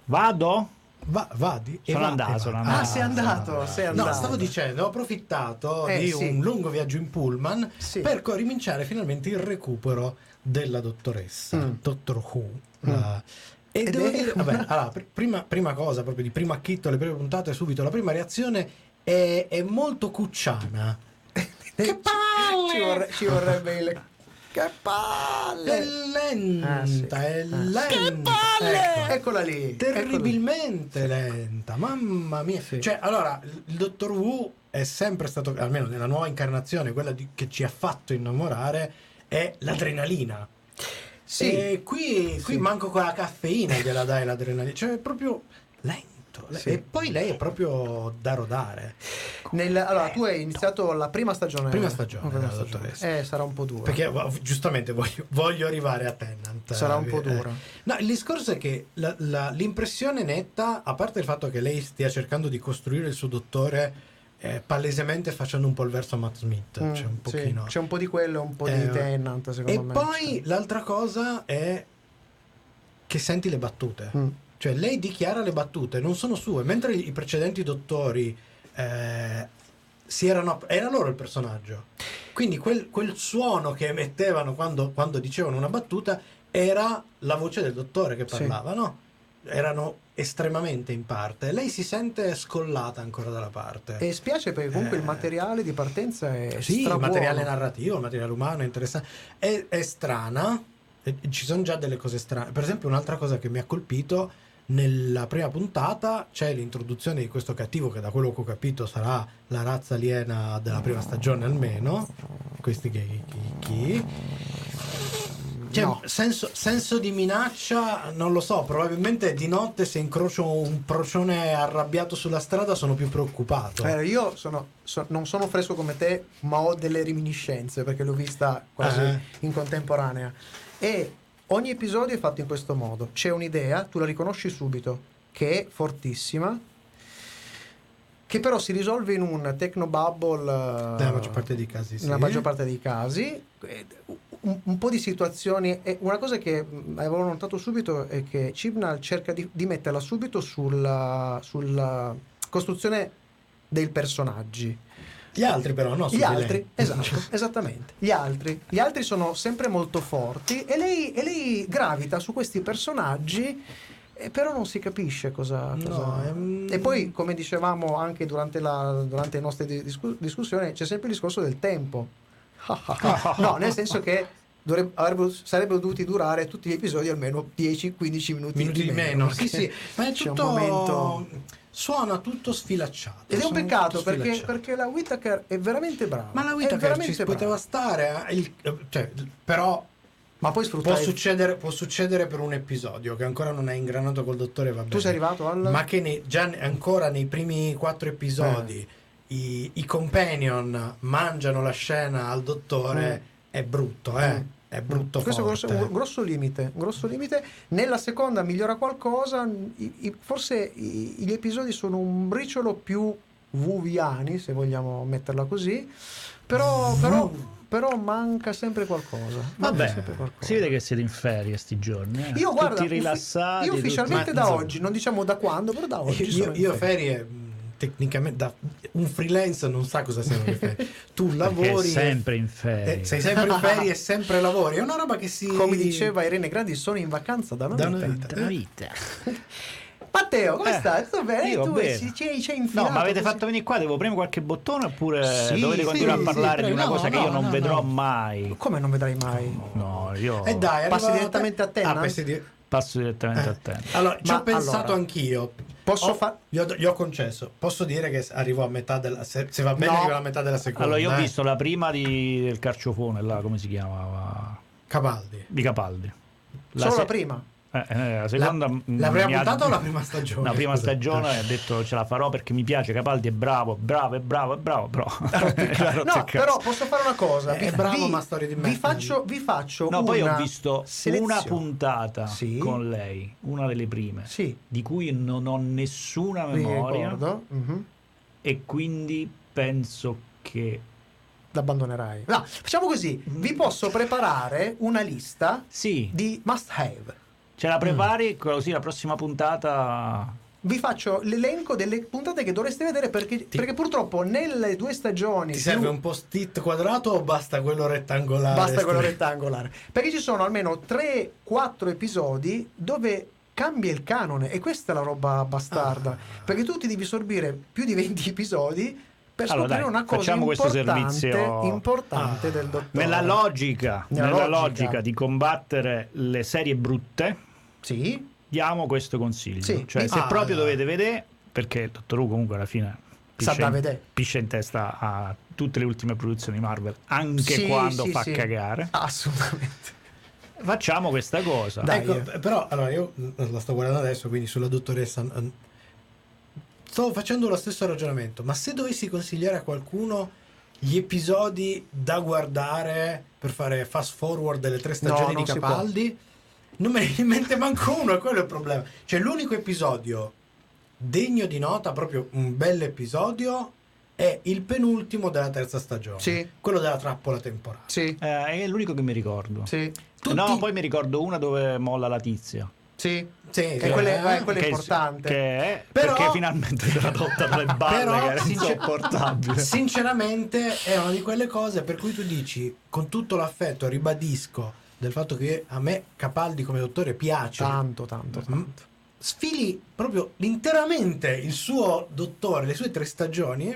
Vado? Vadi? Sono andato. Ah, sei andato. No, stavo dicendo, ho approfittato di un lungo viaggio in pullman per ricominciare finalmente il recupero della dottoressa, Doctor Who. E devo dire, vabbè, allora, prima cosa, proprio di primo acchitto, le prime puntate, subito, la prima reazione è molto cucciana. Che palle! Ci vorrebbe il... Che palle! È lenta, è lenta. Che palle! Eccola lì. Terribilmente lenta, mamma mia. Sì. Cioè, allora, il Dottor Who è sempre stato, almeno nella nuova incarnazione, quella che ci ha fatto innamorare, è l'adrenalina. Sì. E qui manco con la caffeina gliela dai l'adrenalina, cioè è proprio lento. Sì. E poi lei è proprio da rodare. Allora, tu hai iniziato la prima stagione. Prima stagione della dottoressa. Sarà un po' dura. Perché giustamente voglio arrivare a Tennant. Sarà un po' dura. No, il discorso è che l'impressione netta, a parte il fatto che lei stia cercando di costruire il suo dottore palesemente facendo un po' il verso a Matt Smith, c'è un pochino. C'è un po' di quello, un po' di Tennant, secondo me. E poi l'altra cosa è che senti le battute. Cioè lei dichiara le battute, non sono sue, mentre i precedenti dottori era loro il personaggio. Quindi quel suono che emettevano quando dicevano una battuta era la voce del dottore che parlava, no? Erano estremamente in parte. Lei si sente scollata ancora dalla parte. E spiace perché comunque il materiale di partenza è il materiale narrativo, il materiale umano è interessante. È strana, ci sono già delle cose strane. Per esempio, un'altra cosa che mi ha colpito, nella prima puntata c'è l'introduzione di questo cattivo che, da quello che ho capito, sarà la razza aliena della prima stagione almeno. Questi chi? Cioè, no. senso di minaccia, non lo so, probabilmente di notte se incrocio un procione arrabbiato sulla strada sono più preoccupato. Io non sono fresco come te, ma ho delle reminiscenze perché l'ho vista quasi in contemporanea. E ogni episodio è fatto in questo modo. C'è un'idea, tu la riconosci subito, che è fortissima, che però si risolve in un technobubble nella maggior parte dei casi, sì. Nella maggior parte dei casi. Un po' di situazioni, e una cosa che avevo notato subito è che Chibnall cerca di metterla subito sulla costruzione dei personaggi. Gli altri però no, gli altri, esatto, esattamente. Gli altri sono sempre molto forti e lei gravita su questi personaggi, però non si capisce cosa. E poi, come dicevamo anche durante le nostre discussioni, c'è sempre il discorso del tempo. No, nel senso che sarebbero dovuti durare tutti gli episodi almeno 10-15 minuti di meno. Sì, ma è tutto un momento... suona tutto sfilacciato. Ed è un peccato perché la Whittaker è veramente brava. Ma la Whittaker ci poteva stare, però. Ma poi può succedere per un episodio che ancora non è ingranato col dottore, va bene. Tu sei arrivato al... Ma che già ancora nei primi 4 episodi i companion mangiano la scena al dottore, è brutto, è brutto. Questo è un grosso limite. Nella seconda migliora qualcosa, forse gli episodi sono un briciolo più wuviani, se vogliamo metterla così, però manca sempre qualcosa. Vabbè, si vede che siete in ferie sti giorni. Io tutti guarda, rilassati. Io ufficialmente da oggi, non diciamo da quando, però da oggi io ferie tecnicamente un freelance non sa cosa siano le ferie. Tu lavori, sempre in ferie, sei sempre in ferie e sempre lavori. È una roba che come diceva Irene Grandi, sono in vacanza da una vita. Matteo, come stai? Tutto bene? Tu ci hai infilato. No, ma avete fatto venire qua, devo premere qualche bottone oppure dovete continuare a parlare di una cosa che io non vedrò mai? Come non vedrai mai? No, io passi direttamente a te. Passo direttamente a te. Allora, ci ho pensato anch'io. Gli ho concesso. Posso dire che arrivo a metà della se va bene arrivo alla metà della seconda. Allora, io ho visto la prima del Carciofone, là, come si chiamava? Capaldi. Di Capaldi. Solo la prima? La seconda la prima puntata o la prima stagione? La prima stagione ha detto ce la farò perché mi piace, Capaldi è bravo, però no, però posso fare una cosa, è bravo, ma storia di me. Vi faccio poi ho visto selezione. una puntata con lei, una delle prime, di cui non ho nessuna memoria, e quindi penso che l'abbandonerai. Facciamo così, vi posso preparare una lista di must have. Ce la prepari? Così la prossima puntata... Vi faccio l'elenco delle puntate che dovreste vedere perché purtroppo nelle 2 stagioni... Ti serve un post-it quadrato o basta quello rettangolare? Basta quello rettangolare. Perché ci sono almeno 3-4 episodi dove cambia il canone, e questa è la roba bastarda. Perché tu ti devi sorbire più di 20 episodi per scoprire una cosa importante del dottore. Nella logica di combattere le serie brutte, sì, diamo questo consiglio. Sì. Cioè, se proprio dovete vedere, perché il Dottor Who comunque alla fine piscia in testa a tutte le ultime produzioni Marvel, anche quando fa cagare. Assolutamente. Facciamo questa cosa. Dai, ecco, però allora io la sto guardando adesso, quindi sulla dottoressa sto facendo lo stesso ragionamento, ma se dovessi consigliare a qualcuno gli episodi da guardare per fare fast forward delle 3 stagioni di Capaldi, non me ne viene in mente manco uno, e quello è il problema. Cioè l'unico episodio degno di nota, proprio un bel episodio, è il penultimo della 3ª stagione, quello della trappola temporale. È l'unico che mi ricordo. No, poi mi ricordo una dove molla la tizia. Quello è importante. Perché finalmente te la adottano le balle, che era insopportabile. Sinceramente è una di quelle cose per cui tu dici, con tutto l'affetto, ribadisco, del fatto che a me Capaldi come dottore piace tanto. Sfili proprio interamente il suo dottore, le sue 3 stagioni,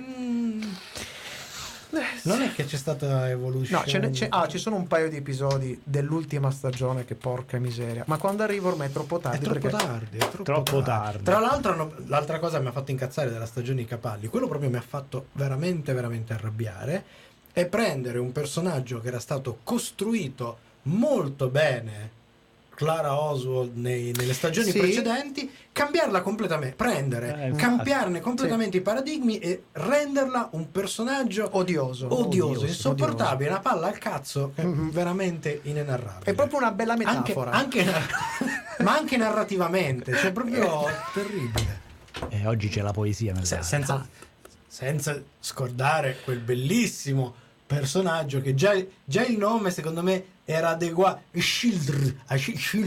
non è che c'è stata evolution. Ci sono un paio di episodi dell'ultima stagione che porca miseria, ma quando arrivo ormai è troppo tardi. È troppo tardi. Tra l'altro l'altra cosa che mi ha fatto incazzare della stagione di Capaldi, quello proprio mi ha fatto veramente veramente arrabbiare, è prendere un personaggio che era stato costruito molto bene, Clara Oswald nelle stagioni precedenti, cambiarla completamente, cambiarne completamente i paradigmi e renderla un personaggio odioso, insopportabile, una palla al cazzo, veramente inenarrabile. È proprio una bella metafora, ma anche narrativamente, cioè proprio terribile. E oggi c'è la poesia senza scordare quel bellissimo personaggio che già il nome secondo me era adeguato, a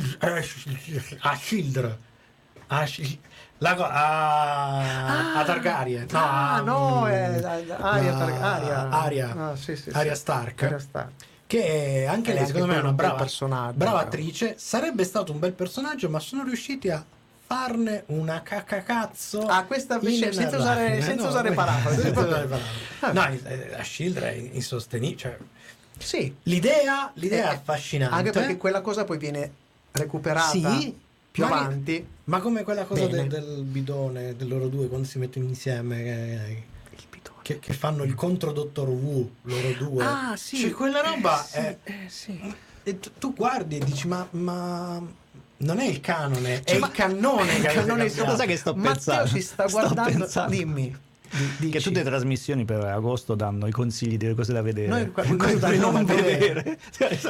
Targaryen, Arya Stark, che anche lei secondo me è una brava attrice, sarebbe stato un bel personaggio, ma sono riusciti a farne una cacacazzo questa senza usare parafrasi. La Shield è insostenibile, cioè, l'idea è affascinante, anche perché quella cosa poi viene recuperata più avanti, ma come quella cosa del bidone del loro due quando si mettono insieme, che fanno il contro Dottor Who loro due, cioè, quella roba e tu guardi e dici ma non è il canone, è il cannone. Cosa che sto pensando? Matteo ci sta guardando. Dimmi. Che tutte le trasmissioni per agosto danno i consigli delle cose da vedere. Noi non vedere.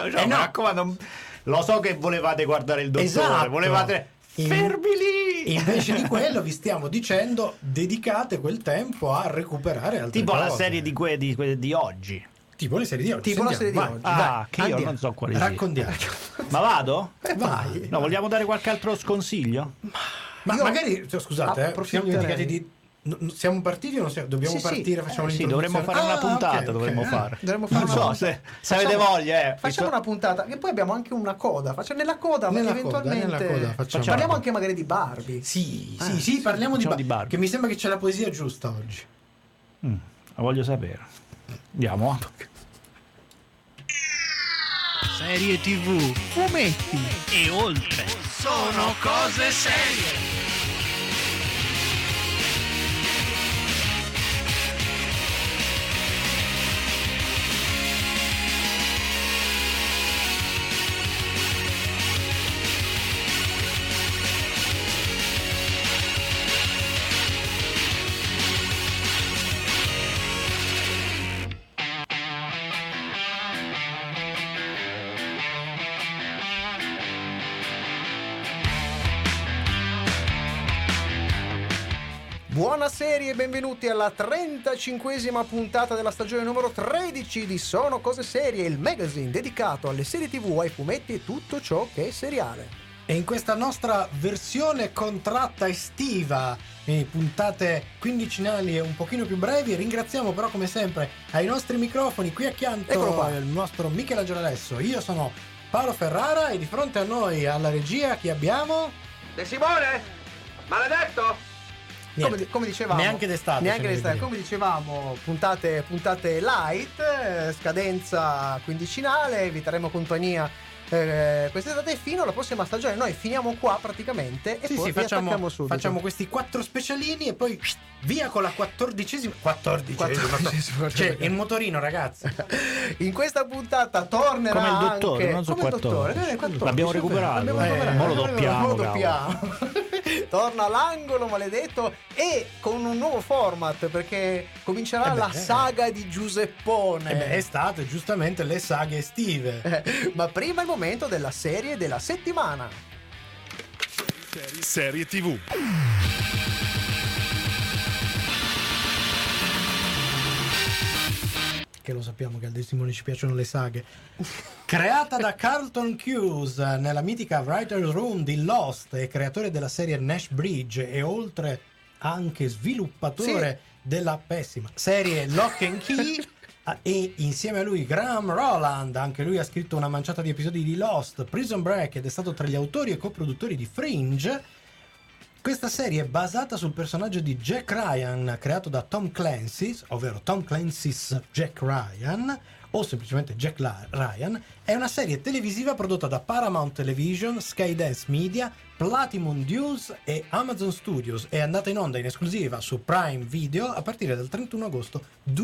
Lo so che volevate guardare il dottore, volevate fermi lì. Invece di quello vi stiamo dicendo dedicate quel tempo a recuperare altre tipo cose. La serie di oggi. Tipo le serie di oggi. Che io non so quali raccontiamo. Ma vado? Vai. No, vogliamo dare qualche altro sconsiglio? Ma magari, scusate, siamo dimenticati di... Siamo partiti o non siamo? Dobbiamo partire? Facciamo dovremmo fare una puntata. Dovremmo fare non so se avete voglia. Facciamo una puntata. E poi abbiamo anche una coda. Nella coda eventualmente parliamo anche magari di Barbie. Sì, parliamo di Barbie. Che mi sembra che c'è la poesia giusta oggi. La voglio sapere. Andiamo. Serie TV, fumetti e oltre. Sono cose serie. Buonasera e benvenuti alla 35esima puntata della stagione numero 13 di Sono Cose Serie, il magazine dedicato alle serie TV, ai fumetti e tutto ciò che è seriale. E in questa nostra versione contratta estiva, quindi puntate quindicinali e un pochino più brevi, ringraziamo però come sempre ai nostri microfoni qui accanto il nostro Michelangelo Alesso. Io sono Paolo Ferrara e di fronte a noi alla regia chi abbiamo? De Simone? Maledetto? Come dicevamo, neanche d'estate, come dicevamo, puntate light, scadenza quindicinale, vi terremo compagnia quest'estate fino alla prossima stagione. Noi finiamo qua praticamente e poi facciamo subito. Facciamo questi 4 specialini e poi via con la 14esima, cioè il motorino, ragazzi. In questa puntata tornerà come il dottore, anche non so come 14. L'abbiamo recuperato, mo lo doppiamo. Torna l'angolo maledetto e con un nuovo format, perché comincerà la saga di Giuseppone. È stato giustamente le saghe estive. Ma prima il momento della serie della settimana. Serie TV. Che lo sappiamo che al De Simone ci piacciono le saghe. Creata da Carlton Cuse nella mitica Writer's Room di Lost e creatore della serie Nash Bridge e oltre anche sviluppatore della pessima serie Lock and Key e insieme a lui Graham Roland, anche lui ha scritto una manciata di episodi di Lost, Prison Break ed è stato tra gli autori e coproduttori di Fringe. Questa serie è basata sul personaggio di Jack Ryan creato da Tom Clancy, ovvero Tom Clancy's Jack Ryan o semplicemente Jack Ryan. È una serie televisiva prodotta da Paramount Television, Skydance Media, Platinum Dunes e Amazon Studios. È andata in onda in esclusiva su Prime Video a partire dal 31 agosto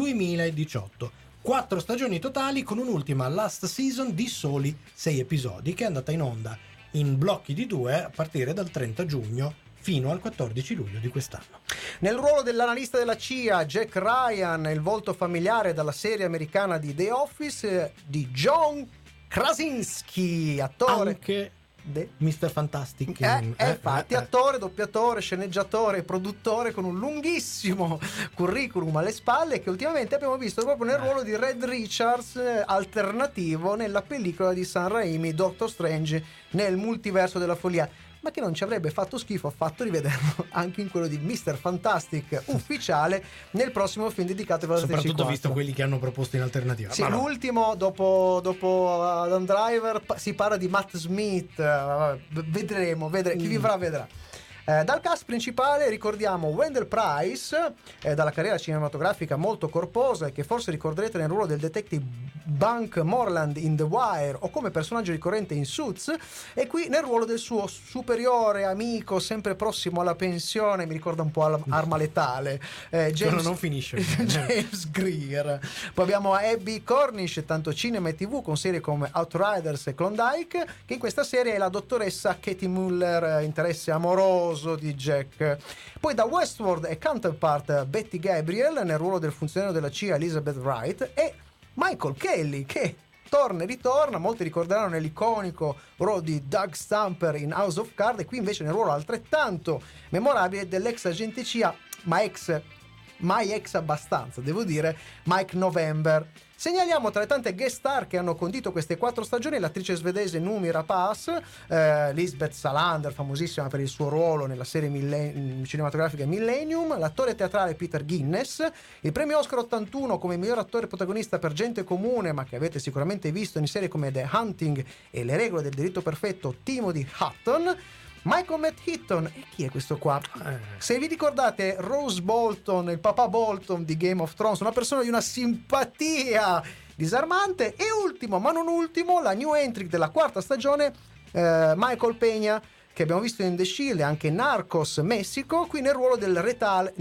2018. 4 stagioni totali con un'ultima last season di soli 6 episodi che è andata in onda in blocchi di 2 a partire dal 30 giugno fino al 14 luglio di quest'anno. Nel ruolo dell'analista della CIA, Jack Ryan, il volto familiare dalla serie americana di The Office di John Krasinski, attore anche Mr. Fantastic. Infatti, attore, doppiatore, sceneggiatore e produttore con un lunghissimo curriculum alle spalle, che ultimamente abbiamo visto proprio nel ruolo di Red Richards alternativo nella pellicola di Sam Raimi, Doctor Strange nel multiverso della follia, ma che non ci avrebbe fatto schifo affatto rivederlo anche in quello di Mr. Fantastic ufficiale nel prossimo film dedicato alla soprattutto 4. Visto quelli che hanno proposto in alternativa. Sì, l'ultimo dopo Adam Driver si parla di Matt Smith. Vedremo, chi vivrà vedrà. Dal cast principale ricordiamo Wendell Price, dalla carriera cinematografica molto corposa e che forse ricorderete nel ruolo del detective Bunk Moreland in The Wire o come personaggio ricorrente in Suits, e qui nel ruolo del suo superiore amico sempre prossimo alla pensione, mi ricorda un po' Arma Letale, James, non finisce James Greer. Poi abbiamo Abby Cornish, tanto cinema e TV con serie come Outriders e Klondike, che in questa serie è la dottoressa Katie Muller, interesse amoroso di Jack. Poi da Westworld è counterpart Betty Gabriel nel ruolo del funzionario della CIA Elizabeth Wright e Michael Kelly, che torna e ritorna, molti ricorderanno nell'iconico ruolo di Doug Stamper in House of Cards, e qui invece nel ruolo altrettanto memorabile dell'ex agente CIA, mai ex abbastanza, devo dire, Mike November. Segnaliamo tra le tante guest star che hanno condito queste 4 stagioni l'attrice svedese Noomi Rapace, Lisbeth Salander, famosissima per il suo ruolo nella serie cinematografica Millennium, l'attore teatrale Peter Guinness, il premio Oscar 81 come miglior attore protagonista per Gente Comune, ma che avete sicuramente visto in serie come The Hunting e Le regole del delitto perfetto, Timothy Hutton, Michael Matt Heaton. E chi è questo qua? Se vi ricordate Rose Bolton, il papà Bolton di Game of Thrones, una persona di una simpatia disarmante. E ultimo ma non ultimo, la new entry della 4ª stagione, Michael Peña, che abbiamo visto in The Shield e anche Narcos Messico, qui nel ruolo del letale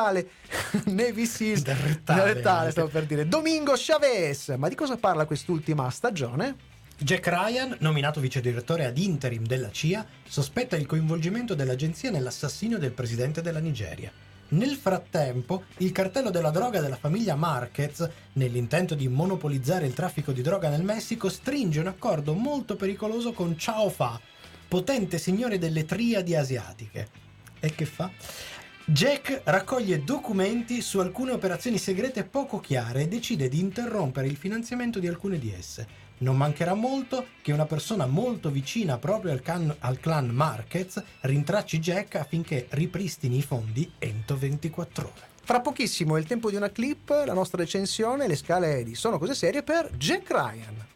Navy Seals, letale stavo per dire, Domingo Chavez. Ma di cosa parla quest'ultima stagione? Jack Ryan, nominato vice direttore ad interim della CIA, sospetta il coinvolgimento dell'agenzia nell'assassinio del presidente della Nigeria. Nel frattempo, il cartello della droga della famiglia Marquez, nell'intento di monopolizzare il traffico di droga nel Messico, stringe un accordo molto pericoloso con Chao Fa, potente signore delle triadi asiatiche. E che fa? Jack raccoglie documenti su alcune operazioni segrete poco chiare e decide di interrompere il finanziamento di alcune di esse. non mancherà molto che una persona molto vicina proprio al clan Marquez rintracci Jack affinché ripristini i fondi entro 24 ore. Fra pochissimo è il tempo di una clip, la nostra recensione, le scale di Sono Cose Serie per Jack Ryan.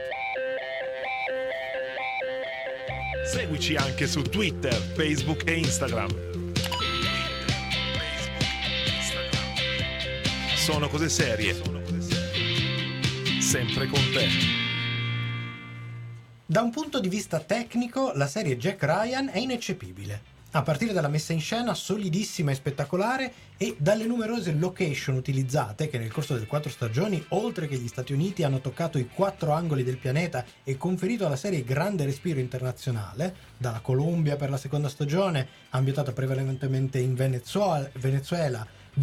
Seguici anche su Twitter, Facebook e Instagram. Sono Cose Serie. Sempre con te. Da un punto di vista tecnico, la serie Jack Ryan è ineccepibile. A partire dalla messa in scena solidissima e spettacolare e dalle numerose location utilizzate che nel corso delle 4 stagioni, oltre che gli Stati Uniti, hanno toccato i 4 angoli del pianeta e conferito alla serie grande respiro internazionale, dalla Colombia per la seconda stagione, ambientata prevalentemente in Venezuela,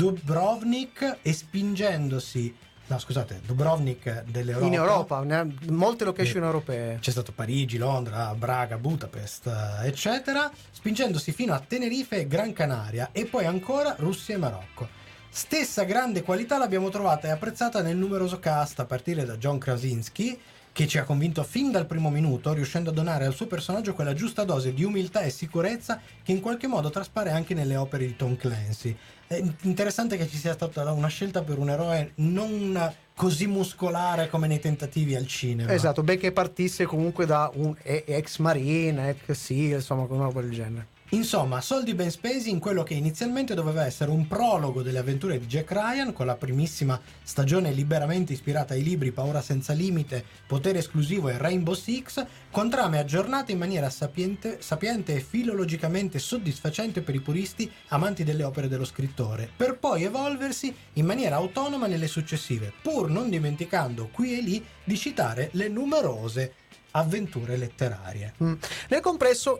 Dubrovnik e spingendosi... No, scusate, Dubrovnik dell'Europa. In Europa, molte location europee. C'è stato Parigi, Londra, Braga, Budapest, eccetera, spingendosi fino a Tenerife e Gran Canaria e poi ancora Russia e Marocco. Stessa grande qualità l'abbiamo trovata e apprezzata nel numeroso cast, a partire da John Krasinski, che ci ha convinto fin dal primo minuto, riuscendo a donare al suo personaggio quella giusta dose di umiltà e sicurezza che in qualche modo traspare anche nelle opere di Tom Clancy. È interessante che ci sia stata una scelta per un eroe non così muscolare come nei tentativi al cinema. Esatto, benché partisse comunque da un ex marine, ex SEAL, insomma, una roba del genere. Insomma, soldi ben spesi in quello che inizialmente doveva essere un prologo delle avventure di Jack Ryan, con la primissima stagione liberamente ispirata ai libri Paura senza limite, Potere esclusivo e Rainbow Six, con trame aggiornate in maniera sapiente e filologicamente soddisfacente per i puristi amanti delle opere dello scrittore, per poi evolversi in maniera autonoma nelle successive, pur non dimenticando qui e lì di citare le numerose avventure letterarie. Nel complesso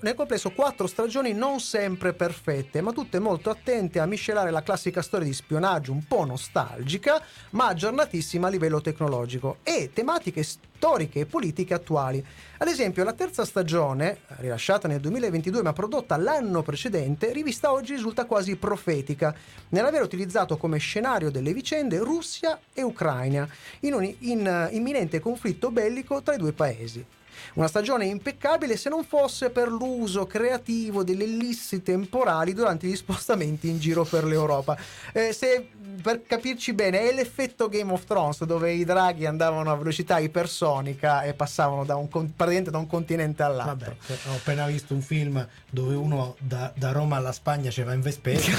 4 stagioni non sempre perfette, ma tutte molto attente a miscelare la classica storia di spionaggio un po' nostalgica, ma aggiornatissima a livello tecnologico, e tematiche storiche e politiche attuali. Ad esempio, la terza stagione, rilasciata nel 2022 ma prodotta l'anno precedente, rivista oggi risulta quasi profetica nell'aver utilizzato come scenario delle vicende Russia e Ucraina in un imminente conflitto bellico tra i due paesi. Una stagione impeccabile se non fosse per l'uso creativo delle ellissi temporali durante gli spostamenti in giro per l'Europa. Se per capirci bene è l'effetto Game of Thrones, dove i draghi andavano a velocità ipersonica e passavano praticamente da un continente all'altro. Vabbè, ho appena visto un film dove uno da Roma alla Spagna ci va in Vespetta.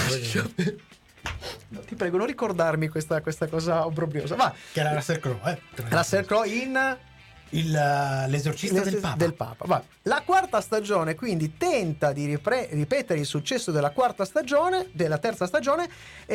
No, ti prego, non ricordarmi questa cosa obbrobriosa. Va. Che era Russell Crowe, Russell Crowe in l'esorcista del Papa. Va. La quarta stagione quindi tenta di ripetere il successo della terza stagione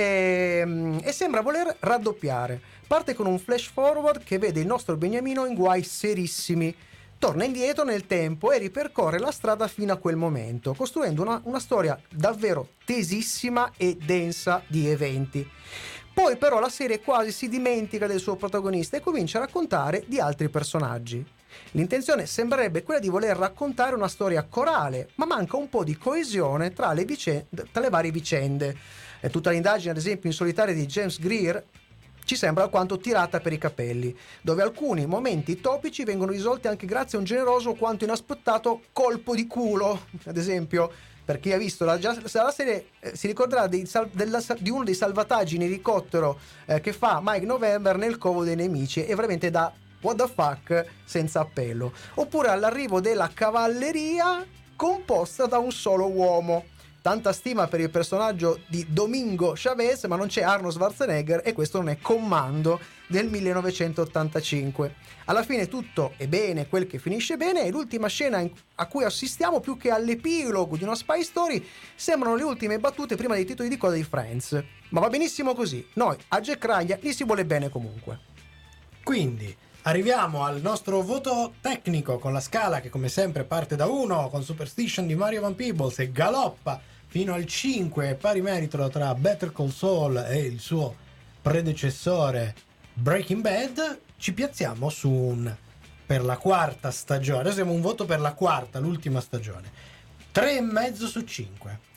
e sembra voler raddoppiare. Parte con un flash forward che vede il nostro Beniamino in guai serissimi. Torna indietro nel tempo e ripercorre la strada fino a quel momento, costruendo una storia davvero tesissima e densa di eventi. Poi però la serie quasi si dimentica del suo protagonista e comincia a raccontare di altri personaggi. L'intenzione sembrerebbe quella di voler raccontare una storia corale, ma manca un po' di coesione tra le varie vicende. Tutta l'indagine, ad esempio, in solitaria di James Greer ci sembra alquanto tirata per i capelli, dove alcuni momenti topici vengono risolti anche grazie a un generoso quanto inaspettato colpo di culo. Ad esempio, per chi ha visto la serie si ricorderà di uno dei salvataggi in elicottero che fa Mike November nel covo dei nemici, e veramente da what the fuck senza appello. Oppure all'arrivo della cavalleria composta da un solo uomo. Tanta stima per il personaggio di Domingo Chavez, ma non c'è Arnold Schwarzenegger e questo non è Commando del 1985. Alla fine tutto è bene quel che finisce bene, e l'ultima scena a cui assistiamo, più che all'epilogo di una spy story, sembrano le ultime battute prima dei titoli di coda di Friends. Ma va benissimo così, noi a Jack Ryan gli si vuole bene comunque. Quindi arriviamo al nostro voto tecnico, con la scala che come sempre parte da 1 con Superstition di Mario Van Peebles e galoppa fino al 5, pari merito tra Better Call Saul e il suo predecessore Breaking Bad. Ci piazziamo su per la quarta stagione. Adesso abbiamo un voto per la quarta, l'ultima stagione. 3,5 su 5.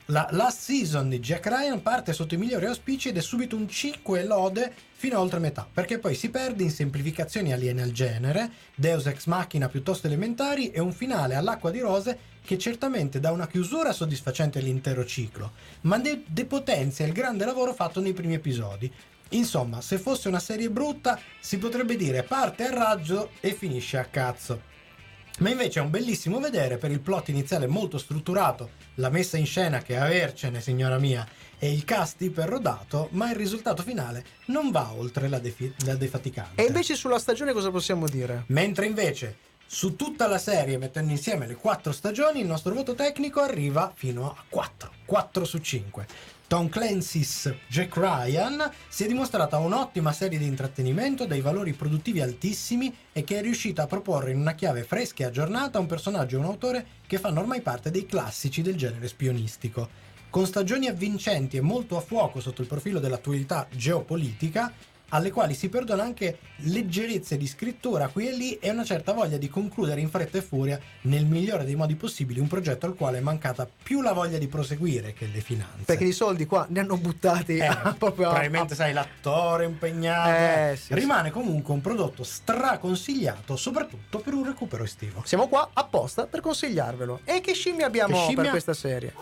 La last season di Jack Ryan parte sotto i migliori auspici ed è subito un 5 lode fino a oltre metà, perché poi si perde in semplificazioni aliene al genere, Deus ex machina piuttosto elementari e un finale all'acqua di rose che certamente dà una chiusura soddisfacente all'intero ciclo, ma depotenzia il grande lavoro fatto nei primi episodi. Insomma, se fosse una serie brutta si potrebbe dire parte a raggio e finisce a cazzo. Ma invece è un bellissimo vedere per il plot iniziale molto strutturato, la messa in scena che avercene, signora mia, e il cast iperrodato, ma il risultato finale non va oltre la defaticante. E invece sulla stagione cosa possiamo dire? Mentre invece su tutta la serie, mettendo insieme le 4 stagioni, il nostro voto tecnico arriva fino a 4 su 5. Tom Clancy's Jack Ryan si è dimostrata un'ottima serie di intrattenimento dai valori produttivi altissimi e che è riuscita a proporre in una chiave fresca e aggiornata un personaggio e un autore che fanno ormai parte dei classici del genere spionistico. Con stagioni avvincenti e molto a fuoco sotto il profilo dell'attualità geopolitica, alle quali si perdona anche leggerezze di scrittura qui e lì e una certa voglia di concludere in fretta e furia, nel migliore dei modi possibili, un progetto al quale è mancata più la voglia di proseguire che le finanze. Perché i soldi qua ne hanno buttati proprio probabilmente sai, l'attore impegnato. Sì, rimane comunque un prodotto straconsigliato, soprattutto per un recupero estivo. Siamo qua apposta per consigliarvelo. E che scimmia abbiamo per questa serie?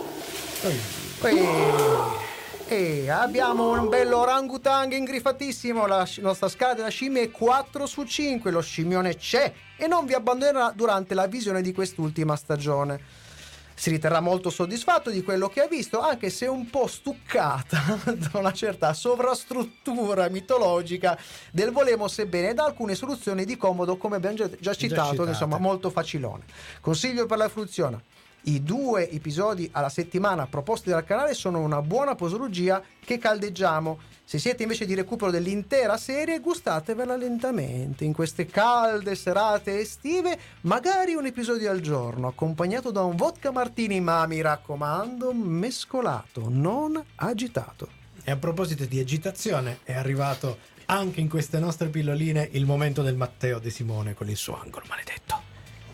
E abbiamo un bello orangutang ingrifatissimo. La nostra scala della scimmia è 4 su 5. Lo scimmione c'è e non vi abbandonerà durante la visione di quest'ultima stagione. Si riterrà molto soddisfatto di quello che ha visto, anche se un po' stuccata da una certa sovrastruttura mitologica del volemo, sebbene da alcune soluzioni di comodo, come abbiamo già citato, insomma molto facilone. Consiglio per la fruizione: i 2 episodi alla settimana proposti dal canale sono una buona posologia che caldeggiamo. Se siete invece di recupero dell'intera serie, gustatevela lentamente in queste calde serate estive, magari un episodio al giorno accompagnato da un vodka martini, ma mi raccomando mescolato, non agitato. E a proposito di agitazione, è arrivato anche in queste nostre pilloline il momento del Matteo De Simone con il suo angolo maledetto.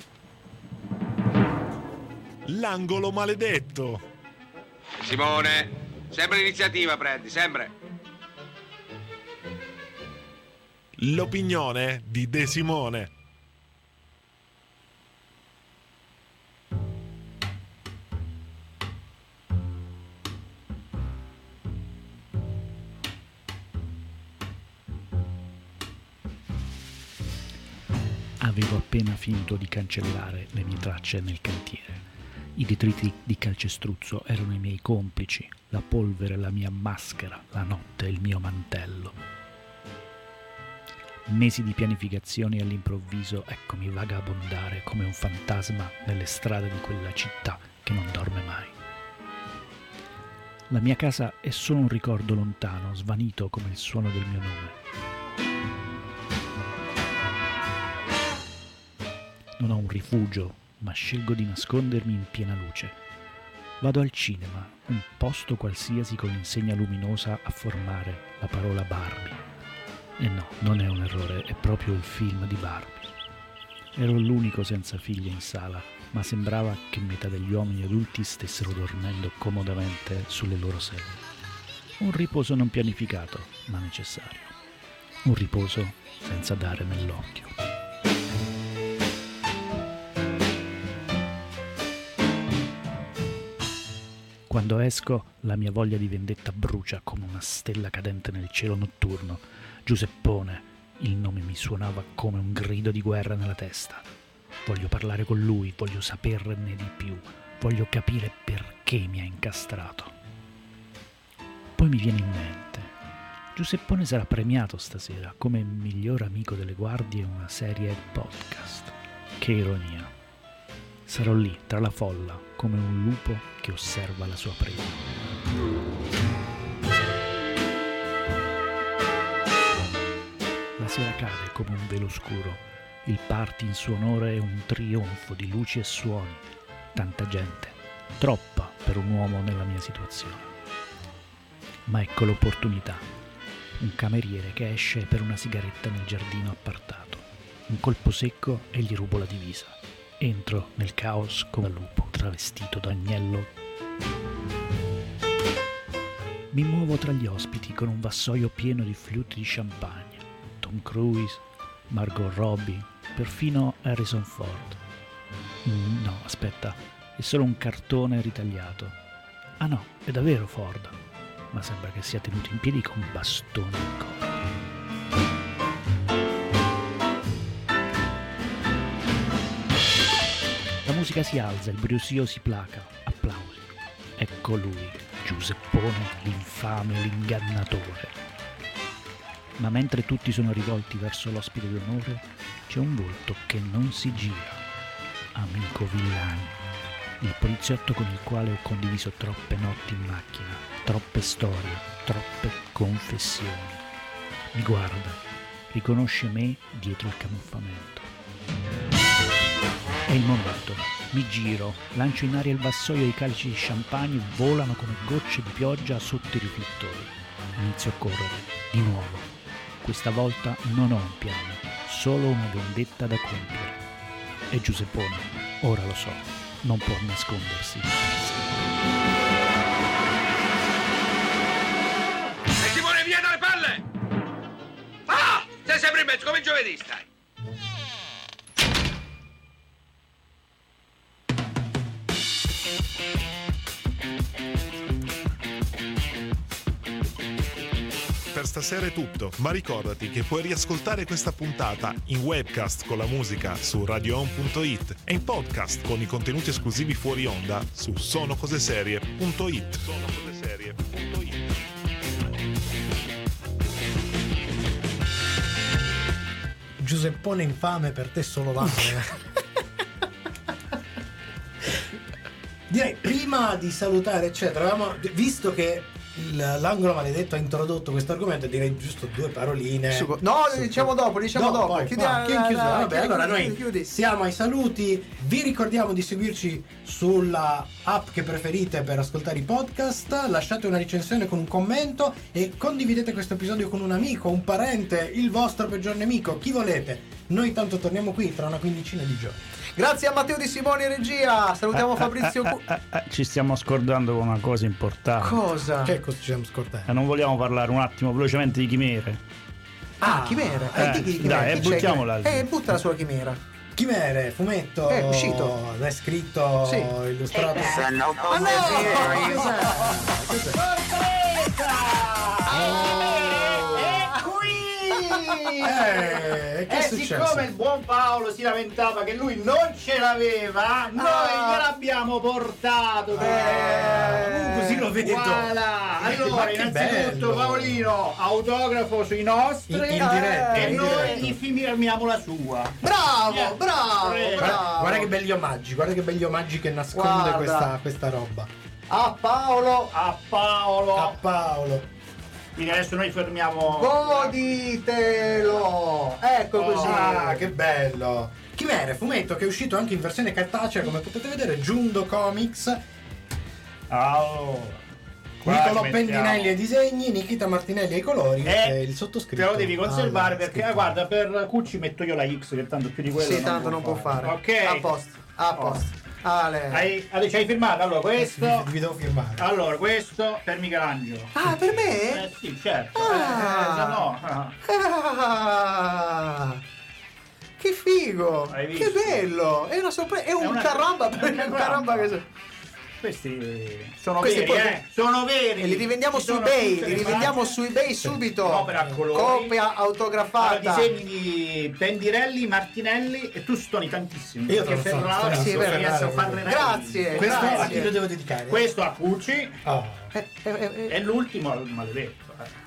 L'angolo maledetto. Simone, sempre l'iniziativa prendi, sempre. L'opinione di De Simone. Avevo appena finito di cancellare le mie tracce nel cantiere. I detriti di calcestruzzo erano i miei complici, la polvere la mia maschera, la notte il mio mantello. Mesi di pianificazione e all'improvviso eccomi vagabondare come un fantasma nelle strade di quella città che non dorme mai. La mia casa è solo un ricordo lontano, svanito come il suono del mio nome. Non ho un rifugio, ma scelgo di nascondermi in piena luce. Vado al cinema, un posto qualsiasi con l'insegna luminosa a formare la parola Barbie. E no, non è un errore, è proprio il film di Barbie. Ero l'unico senza figlie in sala, ma sembrava che metà degli uomini adulti stessero dormendo comodamente sulle loro sedie. Un riposo non pianificato, ma necessario. Un riposo senza dare nell'occhio. Quando esco, la mia voglia di vendetta brucia come una stella cadente nel cielo notturno. Giuseppone, il nome mi suonava come un grido di guerra nella testa. Voglio parlare con lui, voglio saperne di più, voglio capire perché mi ha incastrato. Poi mi viene in mente, Giuseppone sarà premiato stasera come miglior amico delle guardie in una serie podcast. Che ironia. Sarò lì, tra la folla, come un lupo che osserva la sua preda. La sera cade come un velo scuro. Il party in suo onore è un trionfo di luci e suoni. Tanta gente, troppa per un uomo nella mia situazione. Ma ecco l'opportunità. Un cameriere che esce per una sigaretta nel giardino appartato. Un colpo secco e gli rubo la divisa. Entro nel caos come un lupo travestito d'agnello Mi muovo tra gli ospiti con un vassoio pieno di flute di champagne. Tom Cruise, Margot Robbie, perfino Harrison Ford. No, aspetta, è solo un cartone ritagliato. Ah no, è davvero Ford, ma sembra che sia tenuto in piedi con bastoni e corda. La musica si alza, il brusio si placa, applausi. Ecco lui, Giuseppone, l'infame, l'ingannatore. Ma mentre tutti sono rivolti verso l'ospite d'onore, c'è un volto che non si gira. Amico Villani, il poliziotto con il quale ho condiviso troppe notti in macchina, troppe storie, troppe confessioni. Mi guarda, riconosce me dietro il camuffamento. È il momento. Mi giro, lancio in aria il vassoio e i calici di champagne volano come gocce di pioggia sotto i riflettori. Inizio a correre, di nuovo. Questa volta non ho un piano, solo una vendetta da compiere. E Giuseppone, ora lo so, non può nascondersi. E Simone, via dalle palle! Ah! Sei sempre in mezzo, come giovedì stai. Per stasera è tutto, ma ricordati che puoi riascoltare questa puntata in webcast con la musica su radioon.it e in podcast con i contenuti esclusivi fuori onda su sonocoseserie.it. Giuseppone infame, per te solo vale. Direi, prima di salutare eccetera, visto che l'angolo maledetto ha introdotto questo argomento, direi giusto due paroline. Diciamo dopo. Allora noi siamo ai saluti. Vi ricordiamo di seguirci sulla app che preferite per ascoltare i podcast. Lasciate una recensione con un commento e condividete questo episodio con un amico, un parente, il vostro peggior nemico, chi volete. Noi tanto torniamo qui tra una quindicina di giorni. Grazie a Matteo Di Simoni in regia. Salutiamo Fabrizio. Ci stiamo scordando con una cosa importante. Cosa? Che cosa ci stiamo scordando? Non vogliamo parlare un attimo velocemente di chimere? Chimere. Dai, buttiamola. Butta la sua chimera. Chimere, fumetto. È uscito. L'hai scritto, sì. Illustrato. Sono cose serie. Che è successo? Siccome il buon Paolo si lamentava che lui non ce l'aveva, noi gliel'abbiamo portato. Così lo vedo. Voilà. Allora, Ma che innanzitutto bello. Paolino, autografo sui nostri in diretta, e in noi diretta. gli firmiamo la sua. Bravo. Guarda che belli omaggi, che nasconde questa roba. A Paolo. A Paolo. Quindi adesso noi fermiamo. Goditelo. Ecco così. Ah, che bello. Chimere, fumetto che è uscito anche in versione cartacea, come potete vedere, Giundo Comics. Allora, Nicolò Pendinelli ai disegni, Nikita Martinelli ai colori e il sottoscritto. Te lo devi conservare perché scritto. guarda, per Cucci metto io la X che tanto più di quello Sì, tanto non può fare. Ok. A posto. Ale. Ci hai firmato? Allora questo. Vi devo firmare. Allora questo per Michelangelo. Ah, per me? Sì, certo. Ah. Se no. Che figo! Hai visto? Che bello! È una sorpresa, è un caramba per un caramba che Questi sono Questi veri, poi- sono veri. e li rivendiamo Ci su sono eBay, tutte li le rivendiamo facce. su eBay subito. Opera a colori. Copia autografata. Allora, disegni di Pendirelli, Martinelli e tu stoni tantissimo. Io te lo perché so, Ferrara sì, è vero. riesce a fare Grazie. Questo a chi grazie. lo devo dedicare? Questo a Cucci Oh. è l'ultimo al maledetto.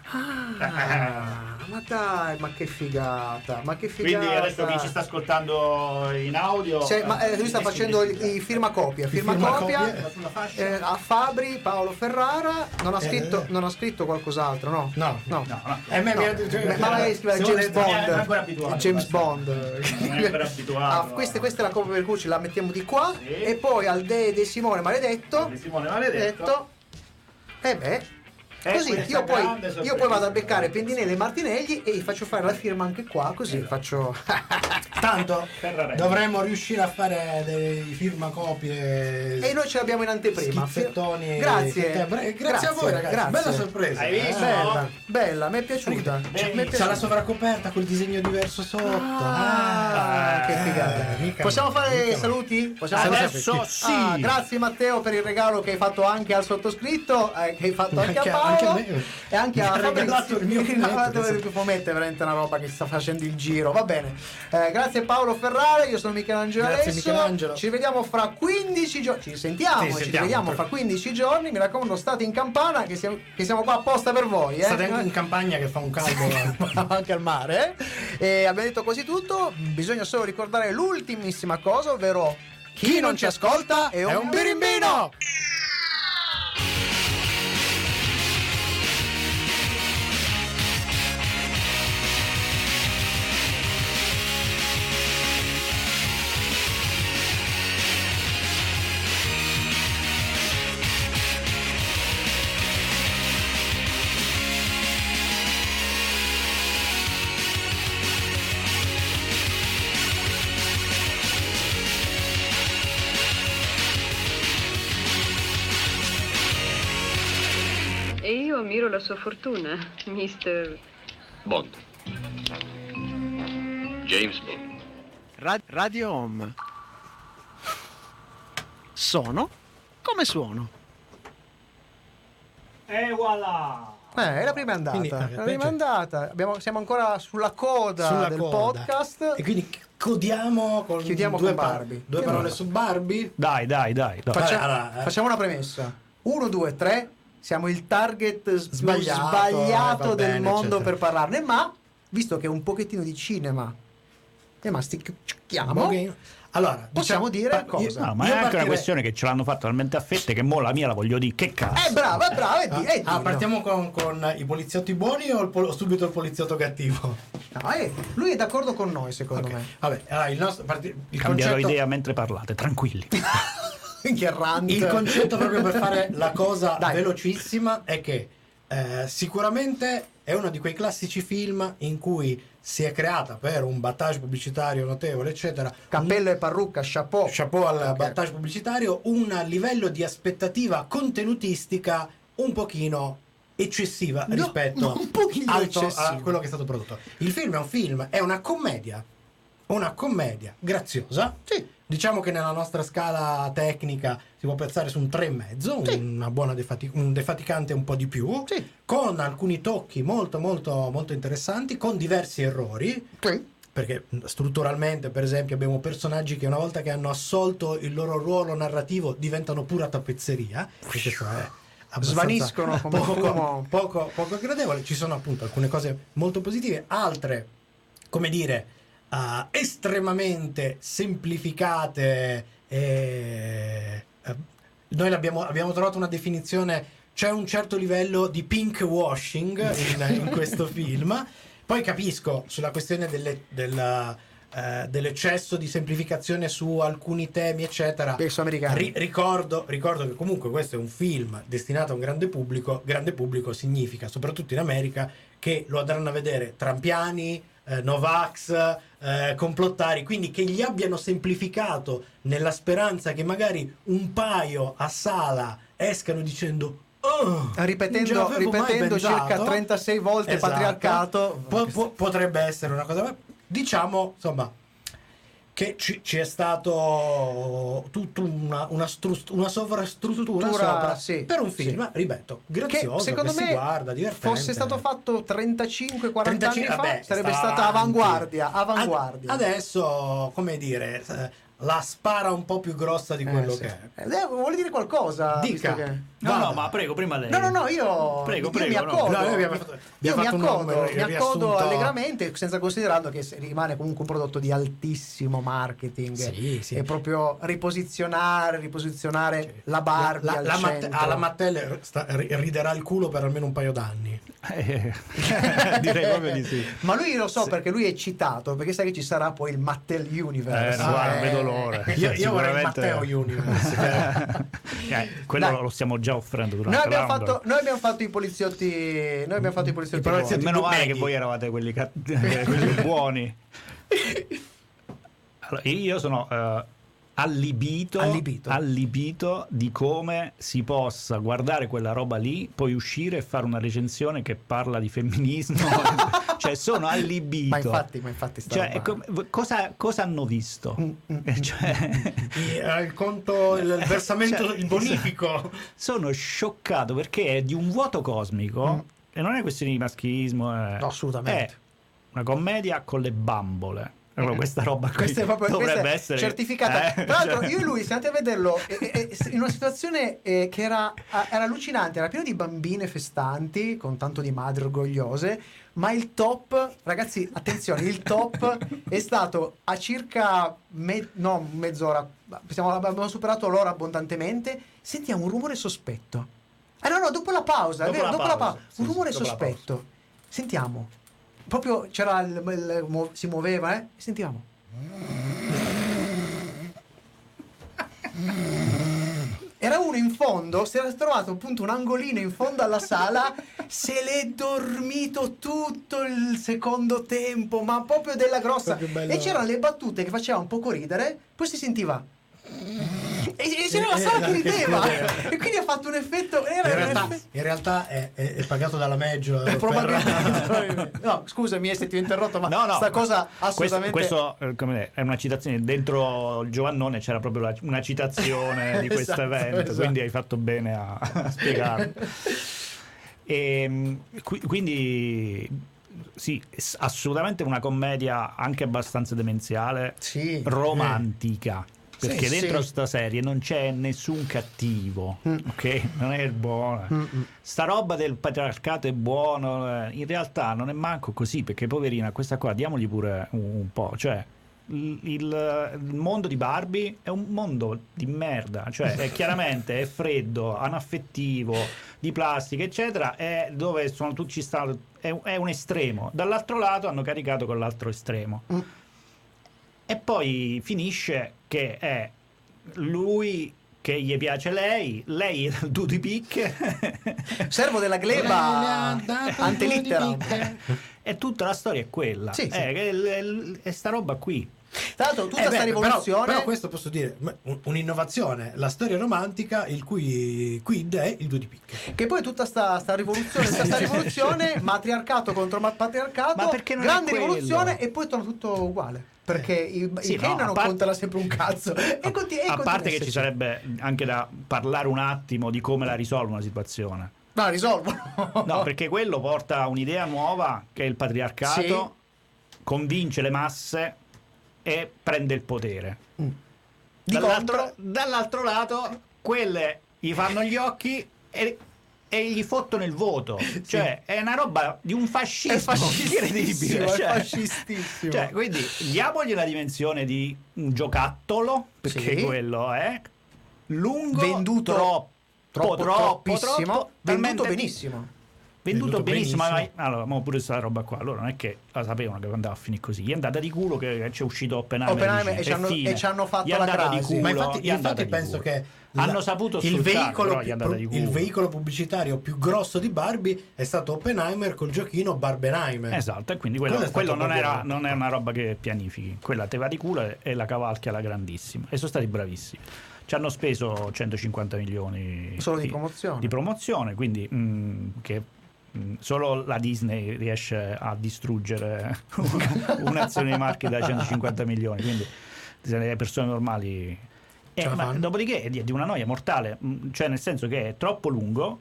Ma dai, ma che figata, ma che figata. Quindi adesso chi ci sta ascoltando in audio lui sta facendo i firmacopia firmacopie. sulla fascia. a Fabri, Paolo Ferrara, non ha scritto qualcos'altro, no? No. No. A me mi ha detto, Ma magari scrive se James volete- non è ancora Bond. abituato, James basta. Bond. Non è ancora abituato. Questa è la copia per Cucci, la mettiamo di qua. Sì. E poi al De Simone maledetto. Simone maledetto. E beh, Così io poi vado a beccare Pendinelli e Martinelli e gli faccio fare la firma anche qua, così faccio. Tanto dovremmo riuscire a fare dei firmacopie e noi ce l'abbiamo in anteprima. Schizzettoni. Grazie a voi ragazzi, grazie. bella sorpresa. Hai visto? Bella, mi è piaciuta. C'ha la sovracoperta col disegno diverso sotto. Che figata. Possiamo fare saluti? Adesso sì. Grazie Matteo per il regalo che hai fatto anche al sottoscritto, che hai fatto anche a Paolo anche a me. e anche a regalato il mio fumetto. Il tuo fumetto è veramente una roba che sta facendo il giro. Va bene. Grazie Paolo Ferrare, io sono Michelangelo Grazie Alesso. Michelangelo. Ci vediamo fra 15 giorni. Ci rivediamo fra 15 giorni. Mi raccomando, state in campana che siamo qua apposta per voi. State anche in campagna che fa un caldo. Anche al mare. E abbiamo detto quasi tutto. Bisogna solo ricordare l'ultimissima cosa, ovvero chi non ci ascolta è un birimbino. E io ammiro la sua fortuna, Mr. Bond. James Bond. Radio Home. Sono come suono. E voilà! La prima è andata. Quindi, la prima è andata. Siamo ancora sulla coda del podcast. E quindi chiudiamo con Barbie. Due parole su Barbie. Dai. Facciamo una premessa. 1, 2, 3. Siamo il target Sbagliato, va del bene, mondo eccetera. per parlarne, ma visto che è un pochettino di cinema e masticchiamo, allora possiamo dire cosa? No, ma è anche una questione che ce l'hanno fatto talmente a fette che mo la mia la voglio dire. Che cazzo? Brava, partiamo con i poliziotti buoni o subito il poliziotto cattivo? No, lui è d'accordo con noi, secondo me. Vabbè, allora il nostro Cambierò idea mentre parlate, tranquilli. Il concetto proprio per fare la cosa velocissima è che sicuramente è uno di quei classici film in cui si è creata per un battage pubblicitario notevole, eccetera. Cappello e parrucca, chapeau al battage pubblicitario, un livello di aspettativa contenutistica un pochino eccessiva rispetto a quello che è stato prodotto. Il film è una commedia graziosa. Sì. Diciamo che nella nostra scala tecnica si può piazzare su un 3,5, sì. Una buona un defaticante un po' di più, sì. Con alcuni tocchi molto molto molto interessanti, con diversi errori, sì. Perché strutturalmente, per esempio, abbiamo personaggi che una volta che hanno assolto il loro ruolo narrativo diventano pura tappezzeria, perché cioè svaniscono come poco gradevole. Ci sono appunto alcune cose molto positive, altre, come dire, estremamente semplificate. Noi abbiamo trovato una definizione: c'è un certo livello di pink washing in questo film. Poi capisco sulla questione dell'eccesso di semplificazione su alcuni temi, eccetera. Ricordo che comunque questo è un film destinato a un grande pubblico. Grande pubblico significa, soprattutto in America, che lo andranno a vedere trampiani, Novax, complottari, quindi che gli abbiano semplificato nella speranza che magari un paio a sala escano dicendo ripetendo circa 36 volte patriarcato. Potrebbe essere una cosa, diciamo, insomma, che ci è stato tutta una sovrastruttura sopra, sì, per un film, ripeto, grazioso, che secondo me si guarda, divertente. Fosse stato fatto 35-40 anni fa, sarebbe stata avanguardia. Adesso, come dire, la spara un po' più grossa di quello che è. Vuole dire qualcosa? Dica. No, ma prego, prima lei. No, io mi accodo. Mi accodo allegramente, senza considerando che rimane comunque un prodotto di altissimo marketing. Sì. E proprio riposizionare la Barbie alla Mattel riderà il culo per almeno un paio d'anni. Direi proprio di sì. Ma lui lo so perché lui è eccitato, perché sa che ci sarà poi il Mattel Universe. Guarda, vedo l'ora. Io vorrei il Matteo Universe. Quello lo stiamo già offrendo durante noi abbiamo fatto i poliziotti. Meno male che voi eravate quelli buoni. Allora, io sono allibito di come si possa guardare quella roba lì, poi uscire e fare una recensione che parla di femminismo. Cioè sono allibito. Ma infatti cosa hanno visto? Cioè, il conto, il versamento, il bonifico. Sono scioccato perché è di un vuoto cosmico e non è questione di maschismo, no, assolutamente. È una commedia con le bambole. Allora, questa roba qui dovrebbe essere certificata. Tra l'altro, io e lui siamo andati a vederlo in una situazione che era allucinante, era pieno di bambine festanti con tanto di madri orgogliose. Ma il top, ragazzi, attenzione, il top è stato a circa mezz'ora. Abbiamo superato l'ora abbondantemente. Sentiamo un rumore sospetto. No, dopo la pausa, dopo la pausa. Un rumore sospetto. Sentiamo. Proprio c'era si muoveva, sentiamo. Era uno in fondo, si era trovato appunto un angolino in fondo alla sala, se l'è dormito tutto il secondo tempo, ma proprio della grossa. E c'erano le battute che facevano un poco ridere, poi si sentiva. E c'era la sala che rideva e quindi ha fatto un effetto. In realtà è pagato dalla Major. Probabilmente. No, scusami se ti ho interrotto, ma sta cosa assolutamente. Questo è una citazione. Dentro il Giovannone c'era proprio una citazione di questo evento, quindi hai fatto bene a spiegarlo. Quindi sì, assolutamente una commedia anche abbastanza demenziale, romantica. Perché dentro sta serie non c'è nessun cattivo, ok? Non è il buono. Sta roba del patriarcato è buono, in realtà non è manco così, perché poverina, questa qua diamogli pure un po', cioè il mondo di Barbie è un mondo di merda, cioè chiaramente è freddo, anaffettivo, di plastica, eccetera, è dove sono tutti è un estremo. Dall'altro lato hanno caricato con l'altro estremo. E poi finisce che è lui che gli piace lei è il Duty Pick, servo della gleba antelitteram, e tutta la storia è quella, è sta roba qui. Tra l'altro tutta questa rivoluzione però questo posso dire un'innovazione, la storia romantica il cui quid è il Duty Pick, che poi tutta sta rivoluzione matriarcato contro patriarcato, ma perché non grande rivoluzione e poi torna tutto uguale. Perché il Ken non contano sempre un cazzo. A parte che ci sarebbe anche da parlare un attimo di come la risolvono la situazione. No, risolvono. No, perché quello porta un'idea nuova che è il patriarcato, convince le masse e prende il potere. Dall'altro lato, quelle gli fanno gli occhi e gli fottono il voto, cioè è una roba di un fascismo incredibile, è fascistissimo. Cioè, quindi diamogli la dimensione di un giocattolo, perché quello è lungo, venduto troppissimo, venduto benissimo. Venduto benissimo. Allora, ma pure questa roba qua, allora non è che la sapevano che andava a finire così, è andata di culo che c'è uscito Oppenheimer e ci hanno fatto la crasi. Ma infatti penso che hanno saputo il veicolo pubblicitario più grosso di Barbie è stato Oppenheimer col giochino Barbenheimer. Esatto, e quindi quello non è una roba che pianifichi, quella te va di culo e la cavalchi alla grandissima, e sono stati bravissimi. Ci hanno speso 150 milioni solo di promozione, quindi che solo la Disney riesce a distruggere un'azione di marchi da 150 milioni, quindi le persone normali ma dopodiché è di una noia mortale, cioè nel senso che è troppo lungo,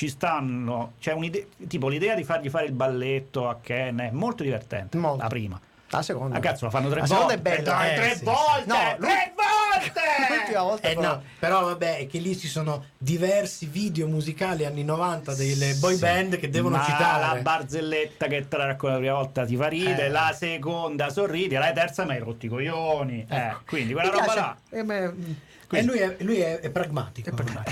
c'è un'idea, tipo l'idea di fargli fare il balletto a Ken è molto divertente, la prima. La seconda. Ah, cazzo, la fanno 3 volte. La seconda è bella. Tre volte! No, 3 volte! L'ultima volta no, però vabbè, è che lì ci sono diversi video musicali anni 90 delle boy band che devono citare. La barzelletta che te la racconta la prima volta ti fa ridere, la seconda sorridi, la terza mi hai rotti i coglioni. Quindi quella roba là. E lui è pragmatico.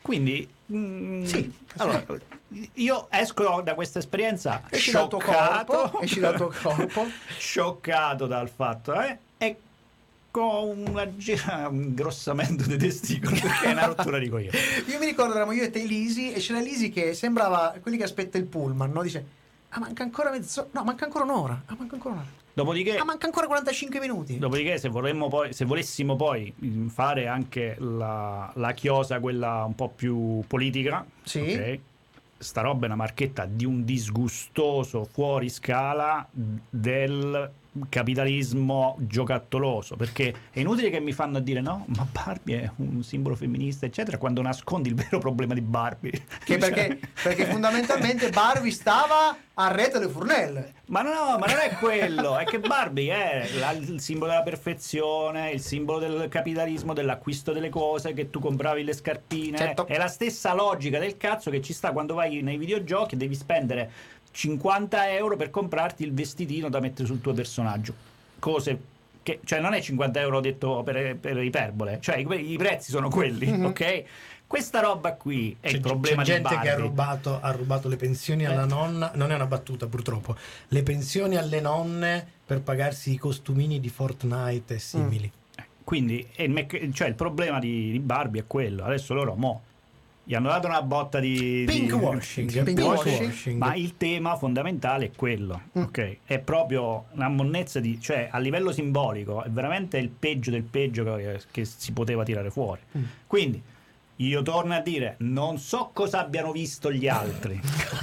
Quindi, allora, io esco da questa esperienza esci dal tuo corpo, scioccato dal fatto, e con un ingrossamento dei testicoli, perché è una rottura di coglioni. Io mi ricordo, eravamo io e te Lisi, e c'era Lisi che sembrava quelli che aspetta il pullman, no? Dice, manca ancora mezz'ora, no, manca ancora un'ora, manca ancora un'ora. Dopodiché, manca ancora 45 minuti. Dopodiché, se volessimo poi fare anche la chiosa, quella un po' più politica, sì. Okay, sta roba è una marchetta di un disgustoso fuori scala del capitalismo giocattoloso, perché è inutile che mi fanno dire no, ma Barbie è un simbolo femminista eccetera, quando nascondi il vero problema di Barbie, perché fondamentalmente Barbie stava a Rete le Fournelle. ma non è quello, è che Barbie è il simbolo della perfezione, il simbolo del capitalismo, dell'acquisto delle cose, che tu compravi le scarpine, certo. È la stessa logica del cazzo che ci sta quando vai nei videogiochi e devi spendere 50 euro per comprarti il vestitino da mettere sul tuo personaggio. Cose che, cioè, non è 50 euro detto per iperbole, cioè i prezzi sono quelli, ok? Questa roba qui è il problema di Barbie. C'è gente che ha rubato le pensioni alla nonna, non è una battuta purtroppo, le pensioni alle nonne per pagarsi i costumini di Fortnite e simili. Quindi il problema di Barbie è quello. Adesso loro gli hanno dato una botta di pinkwashing, ma il tema fondamentale è quello, ok? È proprio una monnezza cioè a livello simbolico è veramente il peggio del peggio che si poteva tirare fuori. Quindi io torno a dire, non so cosa abbiano visto gli altri,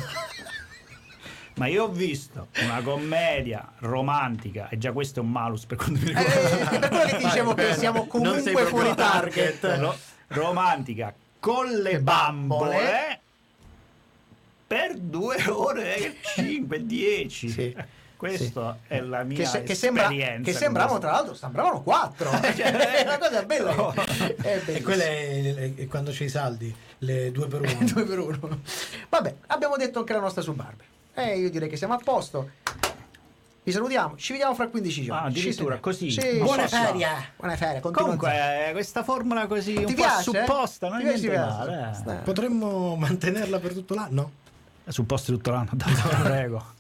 ma io ho visto una commedia romantica, e già questo è un malus per quanto mi riguarda. Per quello che dicevo che siamo comunque fuori target. Romantica con le bambole per 2 ore e 5, 10. Sì. Questa è la mia esperienza. Che sembravano, tra l'altro, sembravano 4. È una cosa bella. E quella è quando c'è i saldi, le 2 per 1. 2 per 1. Vabbè, abbiamo detto anche la nostra su Barbie. Io direi che siamo a posto. Vi salutiamo, ci vediamo fra 15 giorni. Addirittura così. Sì, buona ferie. Buona ferie. Comunque questa formula così un po' supposta, non è niente male. Potremmo mantenerla per tutto l'anno? Supposti tutto l'anno, prego.